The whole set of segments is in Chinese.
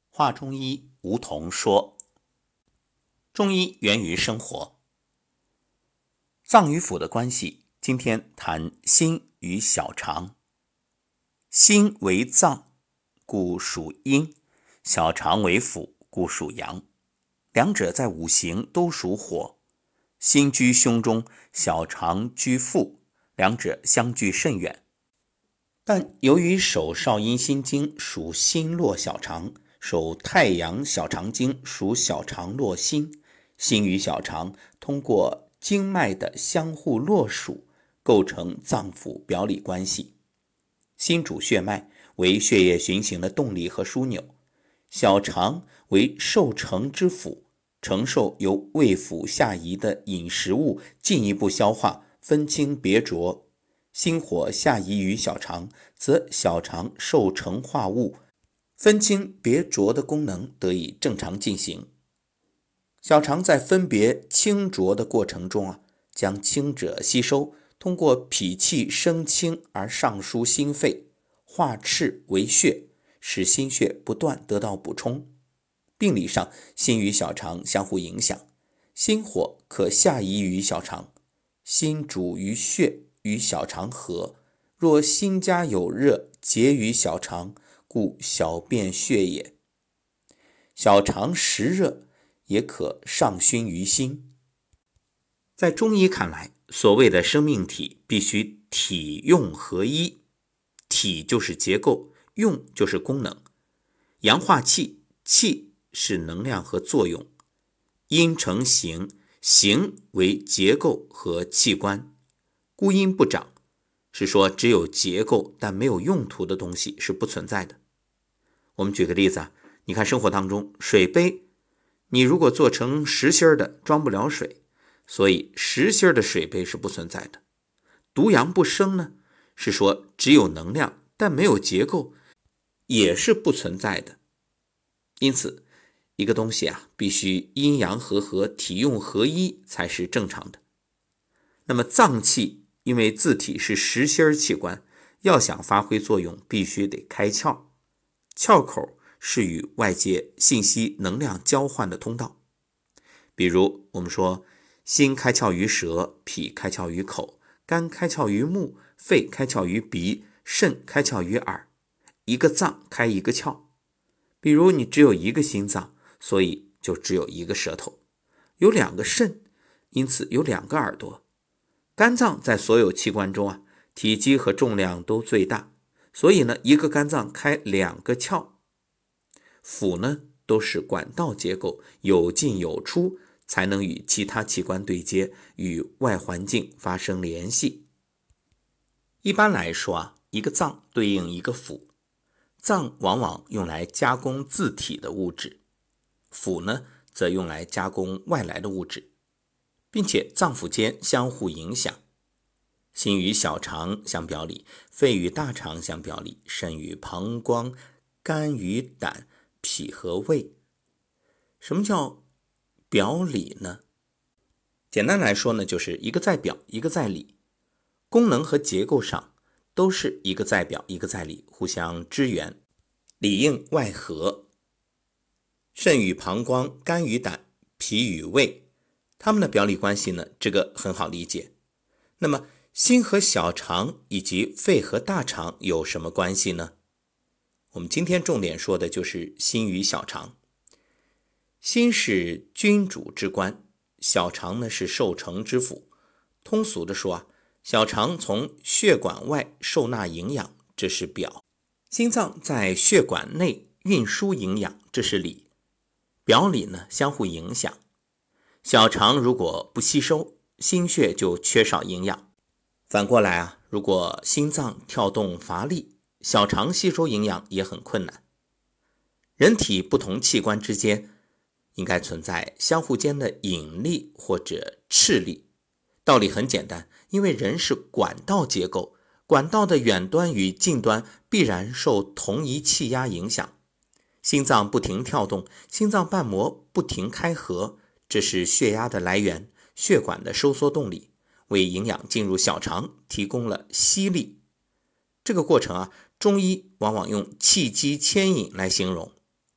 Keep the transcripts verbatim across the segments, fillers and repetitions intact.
话中医，梧桐说。中医源于生活，脏与腑的关系，今天谈心与小肠。心为脏，故属阴；小肠为腑，故属阳。两者在五行都属火，心居胸中，小肠居腹，两者相距甚远。但由于手少阴心经属心络小肠，手太阳小肠经属小肠络心，心与小肠通过经脉的相互络属，构成脏腑表里关系。心主血脉，为血液循行的动力和枢纽；小肠为受承之府，承受由胃腑下移的饮食物进一步消化，分清别浊。心火下移于小肠，则小肠受承化物分清别浊的功能得以正常进行。小肠在分别清浊的过程中啊，将清者吸收，通过脾气升清而上输心肺，化赤为血，使心血不断得到补充。病理上，心与小肠相互影响，心火可下移于小肠，心主于血，与小肠合，若心家有热，结于小肠，故小便血也。小肠实热，也可上熏于心。在中医看来，所谓的生命体必须体用合一，体就是结构，用就是功能。阳化气，气是能量和作用；阴成形，形为结构和器官。孤阴不长，是说只有结构但没有用途的东西是不存在的。我们举个例子啊，你看生活当中，水杯你如果做成实心的，装不了水，所以实心的水杯是不存在的。独阳不生呢，是说只有能量但没有结构，也是不存在的。因此一个东西啊，必须阴阳和合，体用合一才是正常的。那么脏器因为自体是实心器官，要想发挥作用，必须得开窍。窍口是与外界信息能量交换的通道。比如我们说，心开窍于舌，脾开窍于口，肝开窍于目，肺开窍于鼻，肾开窍于耳。一个脏开一个窍。比如你只有一个心脏，所以就只有一个舌头；有两个肾，因此有两个耳朵。肝脏在所有器官中啊，体积和重量都最大，所以呢，一个肝脏开两个窍。腑呢，都是管道结构，有进有出，才能与其他器官对接，与外环境发生联系。一般来说啊，一个脏对应一个腑，脏往往用来加工自体的物质，腑呢，则用来加工外来的物质，并且脏腑间相互影响。心与小肠相表里，肺与大肠相表里，肾与膀胱，肝与胆，脾和胃。什么叫表里呢？简单来说呢，就是一个在表，一个在里，功能和结构上都是一个在表，一个在里，互相支援，里应外合。肾与膀胱，肝与胆，脾与胃，它们的表里关系呢，这个很好理解。那么心和小肠以及肺和大肠有什么关系呢？我们今天重点说的就是心与小肠。心是君主之官，小肠呢是受承之府。通俗的说啊，小肠从血管外受纳营养，这是表；心脏在血管内运输营养，这是里。表里呢相互影响。小肠如果不吸收，心血就缺少营养。反过来啊，如果心脏跳动乏力，小肠吸收营养也很困难。人体不同器官之间应该存在相互间的引力或者斥力。道理很简单，因为人是管道结构，管道的远端与近端必然受同一气压影响。心脏不停跳动，心脏瓣膜不停开合，这是血压的来源，血管的收缩动力，为营养进入小肠提供了吸力。这个过程啊，中医往往用气机牵引来形容。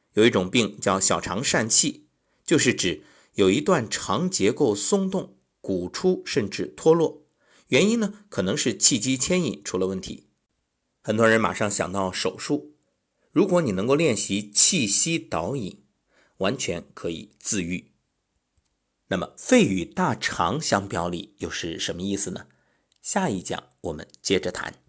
有一种病叫小肠疝气，就是指有一段肠结构松动、鼓出甚至脱落，原因呢可能是气机牵引出了问题。很多人马上想到手术，如果你能够练习气息导引，完全可以自愈。那么肺与大肠相表里又是什么意思呢？下一讲我们接着谈。